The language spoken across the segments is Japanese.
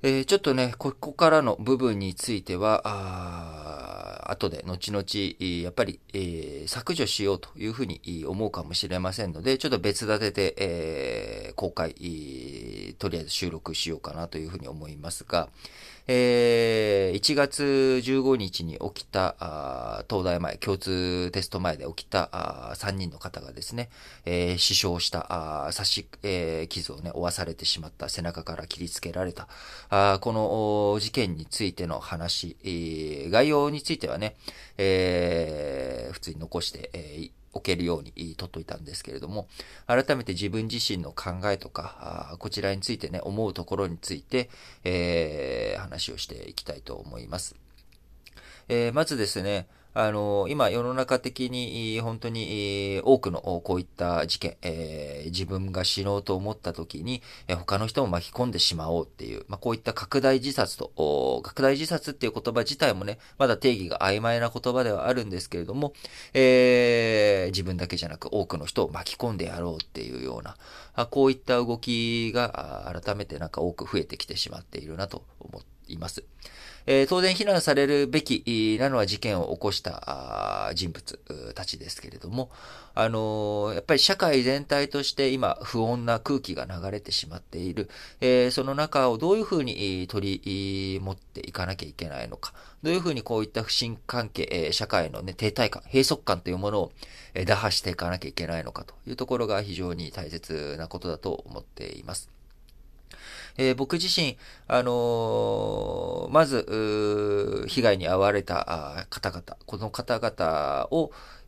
ちょっとね、ここからの部分については、後で、後々、やっぱり、削除しようというふうに思うかもしれませんので、ちょっと別立てで、公開、とりあえず収録しようかなというふうに思いますが、1月15日に起きた、東大前、共通テスト前で起きた3人の方がですね、死傷した、刺し、傷をね、負わされてしまった、背中から切りつけられた、この事件についての話、概要についてはね、普通に残して、おけるように取っといたんですけれども、改めて自分自身の考えとか、こちらについてね、思うところについて、話をしていきたいと思います。まずですね、今世の中的に本当に多くのこういった事件、自分が死のうと思った時に他の人も巻き込んでしまおうっていう、こういった拡大自殺っていう言葉自体もね、まだ定義が曖昧な言葉ではあるんですけれども、自分だけじゃなく多くの人を巻き込んでやろうっていうような、こういった動きが改めてなんか多く増えてきてしまっているなと思います。当然非難されるべきなのは事件を起こした人物たちですけれども、やっぱり社会全体として今不穏な空気が流れてしまっている、その中をどういうふうに取り持っていかなきゃいけないのか、どういうふうにこういった不信関係、社会のね、停滞感、閉塞感というものを打破していかなきゃいけないのかというところが非常に大切なことだと思っています。僕自身、まず、被害に遭われた方々、この方々を、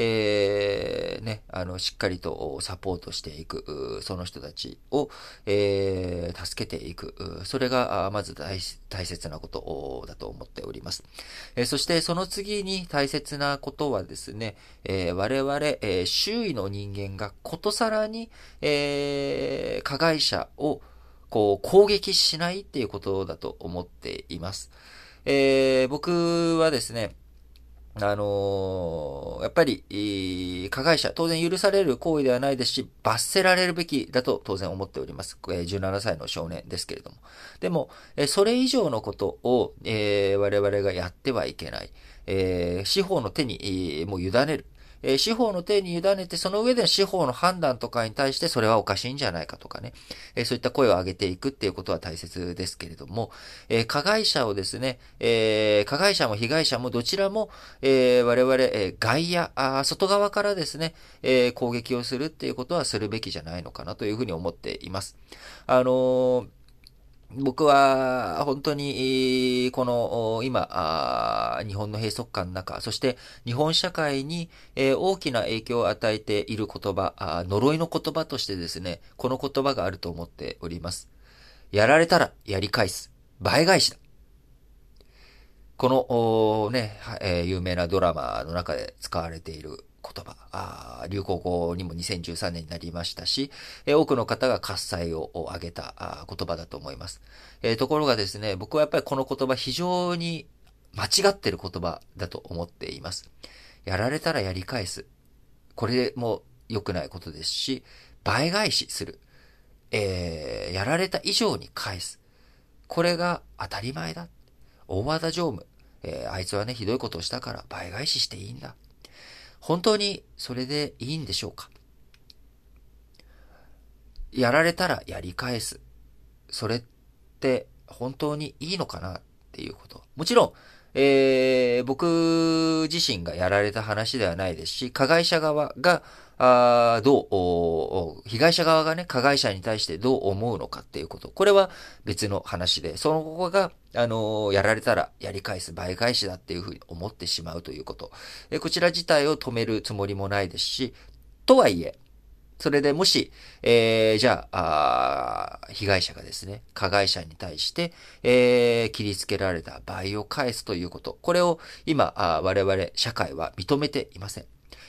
しっかりとサポートしていく、その人たちを、助けていく、それが、まず大切なことだと思っております。そして、その次に大切なことはですね、我々、周囲の人間がことさらに、加害者を攻撃しないっていうことだと思っています。僕はですね、やっぱり、加害者、当然許される行為ではないですし、罰せられるべきだと当然思っております。17歳の少年ですけれども。でも、それ以上のことを、我々がやってはいけない。司法の手に、もう委ねる。司法の手に委ねて、その上で司法の判断とかに対してそれはおかしいんじゃないかとかね、そういった声を上げていくっていうことは大切ですけれども、加害者をですね、加害者も被害者もどちらも、我々、外野、外側からですね、攻撃をするっていうことはするべきじゃないのかなというふうに思っています。僕は本当に、この今、日本の閉塞感の中、そして日本社会に大きな影響を与えている言葉、呪いの言葉としてですね、この言葉があると思っております。やられたらやり返す。倍返しだ。このね、有名なドラマの中で使われている言葉、流行語にも2013年になりましたし、多くの方が喝采を上げた言葉だと思います。ところがですね、僕はやっぱりこの言葉非常に間違ってる言葉だと思っています。やられたらやり返す。これも良くないことですし、倍返しする。やられた以上に返す。これが当たり前だ。大和田常務。あいつはね、ひどいことをしたから倍返ししていいんだ。本当にそれでいいんでしょうか？やられたらやり返す。それって本当にいいのかなっていうこと。もちろん、僕自身がやられた話ではないですし、加害者側が、被害者側がね、加害者に対してどう思うのかっていうこと。これは別の話で、その子が、やられたらやり返す倍返しだっていうふうに思ってしまうということ。こちら自体を止めるつもりもないですし、とはいえ、それでもし、じゃあ、被害者がですね、加害者に対して、切りつけられた場合を返すということ。これを今、我々社会は認めていません。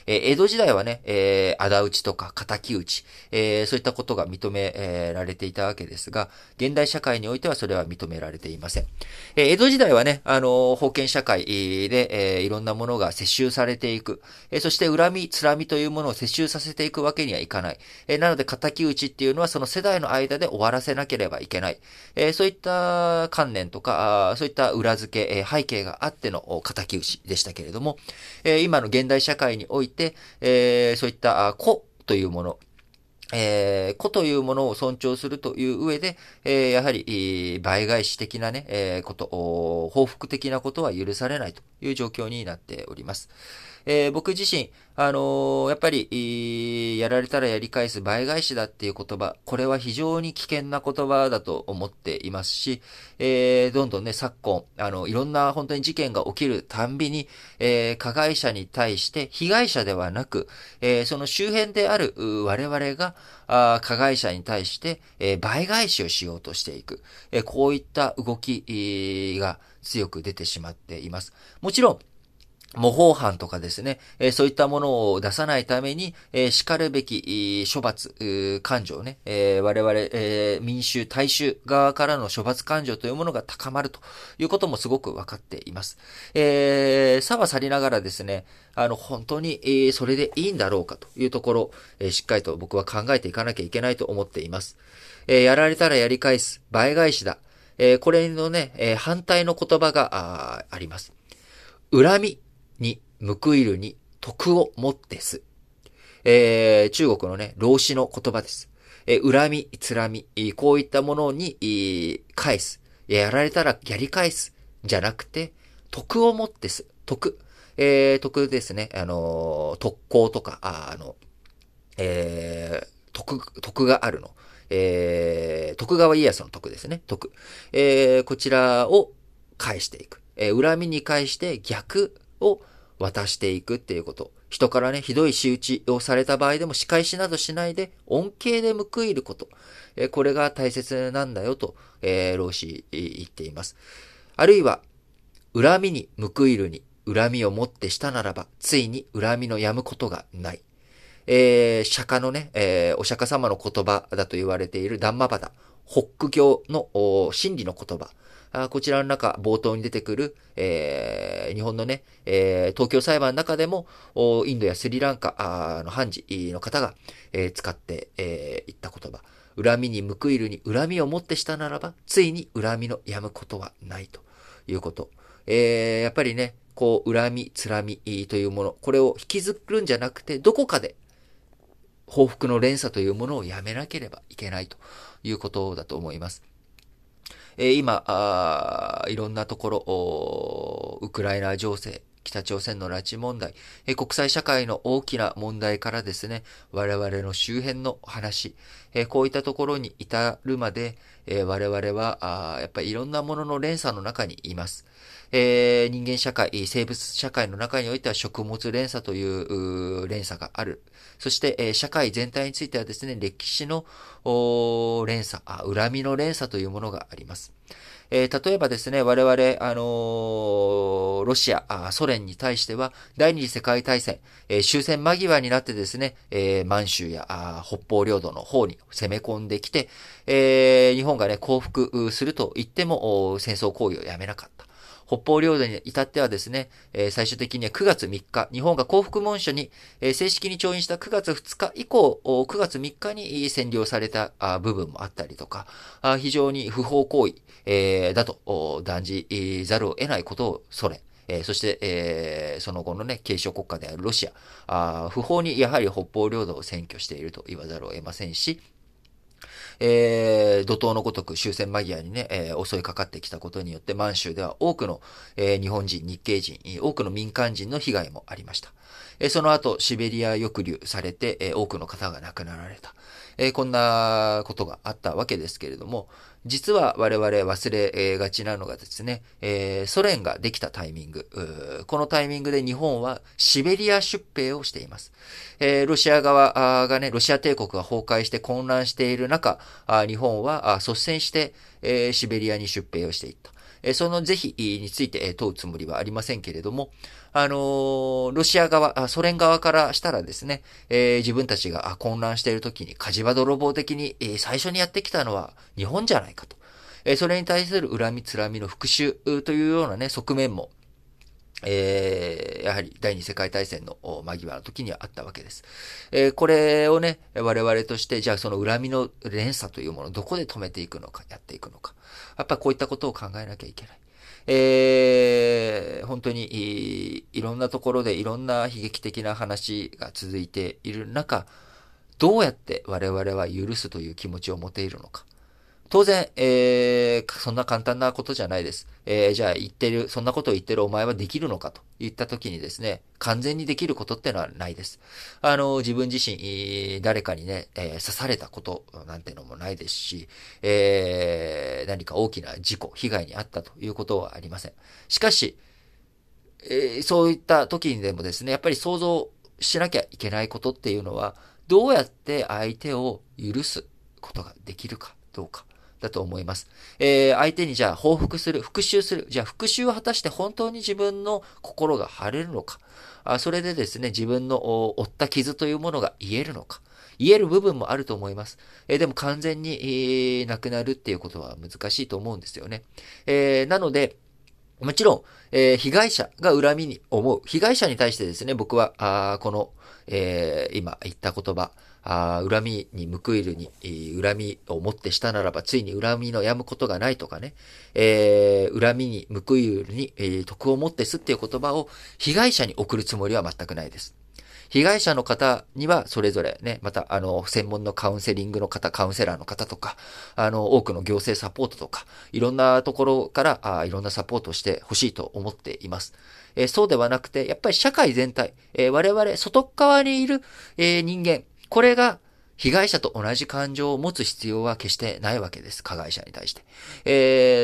江戸時代はね、仇討ちとか仇討ち、そういったことが認められていたわけですが、現代社会においてはそれは認められていません。江戸時代はね、封建社会で、いろんなものが接収されていく。そして恨み、つらみというものを接収させていくわけにはいかない。なので、仇討ちっていうのはその世代の間で終わらせなければいけない。そういった観念とか、そういった裏付け、背景があっての仇討ちでしたけれども、今の現代社会において、そういった個というもの、個というものを尊重するという上で、やはり、倍返し的なね、報復的なことは許されないという状況になっております。僕自身、やっぱり、やられたらやり返す倍返しだっていう言葉、これは非常に危険な言葉だと思っていますし、どんどんね、昨今、いろんな本当に事件が起きるたんびに、加害者に対して被害者ではなく、その周辺である我々が、加害者に対して、倍返しをしようとしていく。こういった動きが強く出てしまっています。もちろん、模倣犯とかですね、そういったものを出さないために、叱るべき、処罰、感情ね、我々、民衆、大衆側からの処罰感情というものが高まるということもすごくわかっています。さはさりながらですね、本当に、それでいいんだろうかというところ、しっかりと僕は考えていかなきゃいけないと思っています。やられたらやり返す、倍返しだ。これのね、反対の言葉があります。恨みに報いるに徳をもってす。中国のね、老子の言葉です。恨み、つらみ、こういったものに返す。やられたらやり返す。じゃなくて、徳をもってす。徳。徳ですね。特攻とか、徳があるの。徳川家康の徳ですね。徳。こちらを返していく。恨みに返して逆を渡していくっていうこと。人からね、ひどい仕打ちをされた場合でも仕返しなどしないで、恩恵で報いること。これが大切なんだよと、老子言っています。あるいは、恨みに報いるに、恨みをもってしたならば、ついに恨みの止むことがない。釈迦のね、お釈迦様の言葉だと言われているダンマパダ、ホック教の真理の言葉。こちらの中、冒頭に出てくる、日本のね、東京裁判の中でも、インドやスリランカの判事の方が、使っていった言葉。恨みに報いるに恨みをもってしたならば、ついに恨みの止むことはないということ。やっぱりね、こう、恨み、つらみというもの、これを引きずるんじゃなくて、どこかで報復の連鎖というものをやめなければいけないということだと思います。今いろんなところ、ウクライナ情勢、北朝鮮の拉致問題、国際社会の大きな問題からですね、我々の周辺の話、こういったところに至るまで、我々はやっぱりいろんなものの連鎖の中にいます。人間社会、生物社会の中においては食物連鎖という連鎖がある。そして、社会全体についてはですね、歴史の連鎖、恨みの連鎖というものがあります。例えばですね、我々、ロシア、ソ連に対しては、第二次世界大戦、終戦間際になってですね、満州や北方領土の方に攻め込んできて、日本がね、降伏すると言っても、戦争行為をやめなかった。北方領土に至ってはですね、最終的には9月3日、日本が降伏文書に、正式に調印した9月2日以降、9月3日に占領された部分もあったりとか、非常に不法行為、だと断じざるを得ないことをソ連、そして、その後のね、継承国家であるロシア、不法にやはり北方領土を占拠していると言わざるを得ませんし、怒涛のごとく終戦間際にね、襲いかかってきたことによって満州では多くの、日本人、日系人、多くの民間人の被害もありました。その後、シベリア抑留されて、多くの方が亡くなられた。こんなことがあったわけですけれども、実は我々忘れがちなのがですね、ソ連ができたタイミング、このタイミングで日本はシベリア出兵をしています。ロシア側がね、ロシア帝国が崩壊して混乱している中、日本は率先して、シベリアに出兵をしていった。 その是非について問うつもりはありませんけれども、ロシア側、ソ連側からしたらですね、自分たちが混乱している時に火事場泥棒的に最初にやってきたのは日本じゃないかと。それに対する恨みつらみの復讐というようなね、側面も、やはり第二次世界大戦の間際の時にはあったわけです。これをね、我々として、じゃあその恨みの連鎖というものをどこで止めていくのか、やっていくのか。やっぱこういったことを考えなきゃいけない。本当にいろんなところでいろんな悲劇的な話が続いている中、どうやって我々は許すという気持ちを持ているのか。当然、そんな簡単なことじゃないです。じゃあそんなことを言ってるお前はできるのかと言ったときにですね、完全にできることってのはないです。自分自身、誰かにね、刺されたことなんてのもないですし、何か大きな事故、被害に遭ったということはありません。しかし、そういった時にでもですね、やっぱり想像しなきゃいけないことっていうのは、どうやって相手を許すことができるかどうか。だと思います。相手にじゃあ報復する、復讐する。じゃあ復讐を果たして本当に自分の心が晴れるのか。それでですね、自分の負った傷というものが癒えるのか。癒える部分もあると思います。でも完全に、なくなるっていうことは難しいと思うんですよね。なので、もちろん、被害者が恨みに思う。被害者に対してですね、僕は、この、今言った言葉、恨みに報いるに、恨みをもってしたならば、ついに恨みの止むことがないとかね、恨みに報いるに、徳をもってすっていう言葉を被害者に送るつもりは全くないです。被害者の方にはそれぞれね、また、専門のカウンセリングの方、カウンセラーの方とか、多くの行政サポートとか、いろんなところから、いろんなサポートをしてほしいと思っています。そうではなくて、やっぱり社会全体、我々、外側にいる、人間、これが、被害者と同じ感情を持つ必要は決してないわけです。加害者に対して。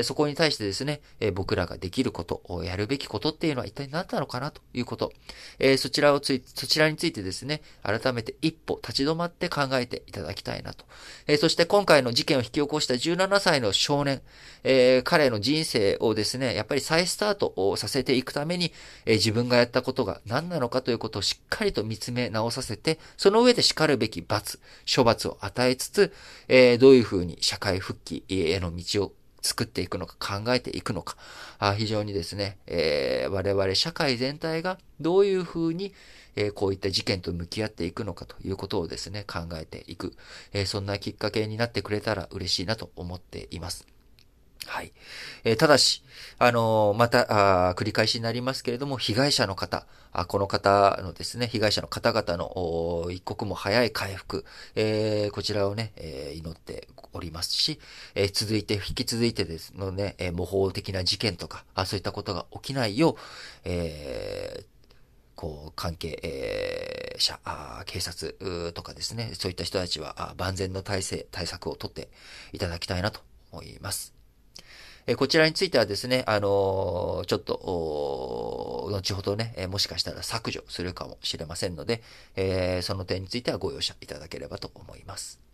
そこに対してですね、僕らができること、やるべきことっていうのは一体何なのかなということ。そちらについてですね、改めて一歩立ち止まって考えていただきたいなと。そして今回の事件を引き起こした17歳の少年、彼の人生をですね、やっぱり再スタートをさせていくために、自分がやったことが何なのかということをしっかりと見つめ直させて、その上で叱るべき処罰を与えつつ、どういうふうに社会復帰への道を作っていくのか考えていくのか、非常にですね、我々社会全体がどういうふうに、こういった事件と向き合っていくのかということをですね、考えていく、そんなきっかけになってくれたら嬉しいなと思っています。はい。ただし、また、繰り返しになりますけれども、被害者の方、この方のですね、被害者の方々の一刻も早い回復、こちらをね、祈っておりますし、引き続いてですのね、模倣的な事件とか、そういったことが起きないよう、関係者、警察とかですね、そういった人たちは万全の対策をとっていただきたいなと思います。こちらについてはですね、ちょっと、後ほどね、もしかしたら削除するかもしれませんので、その点についてはご容赦いただければと思います。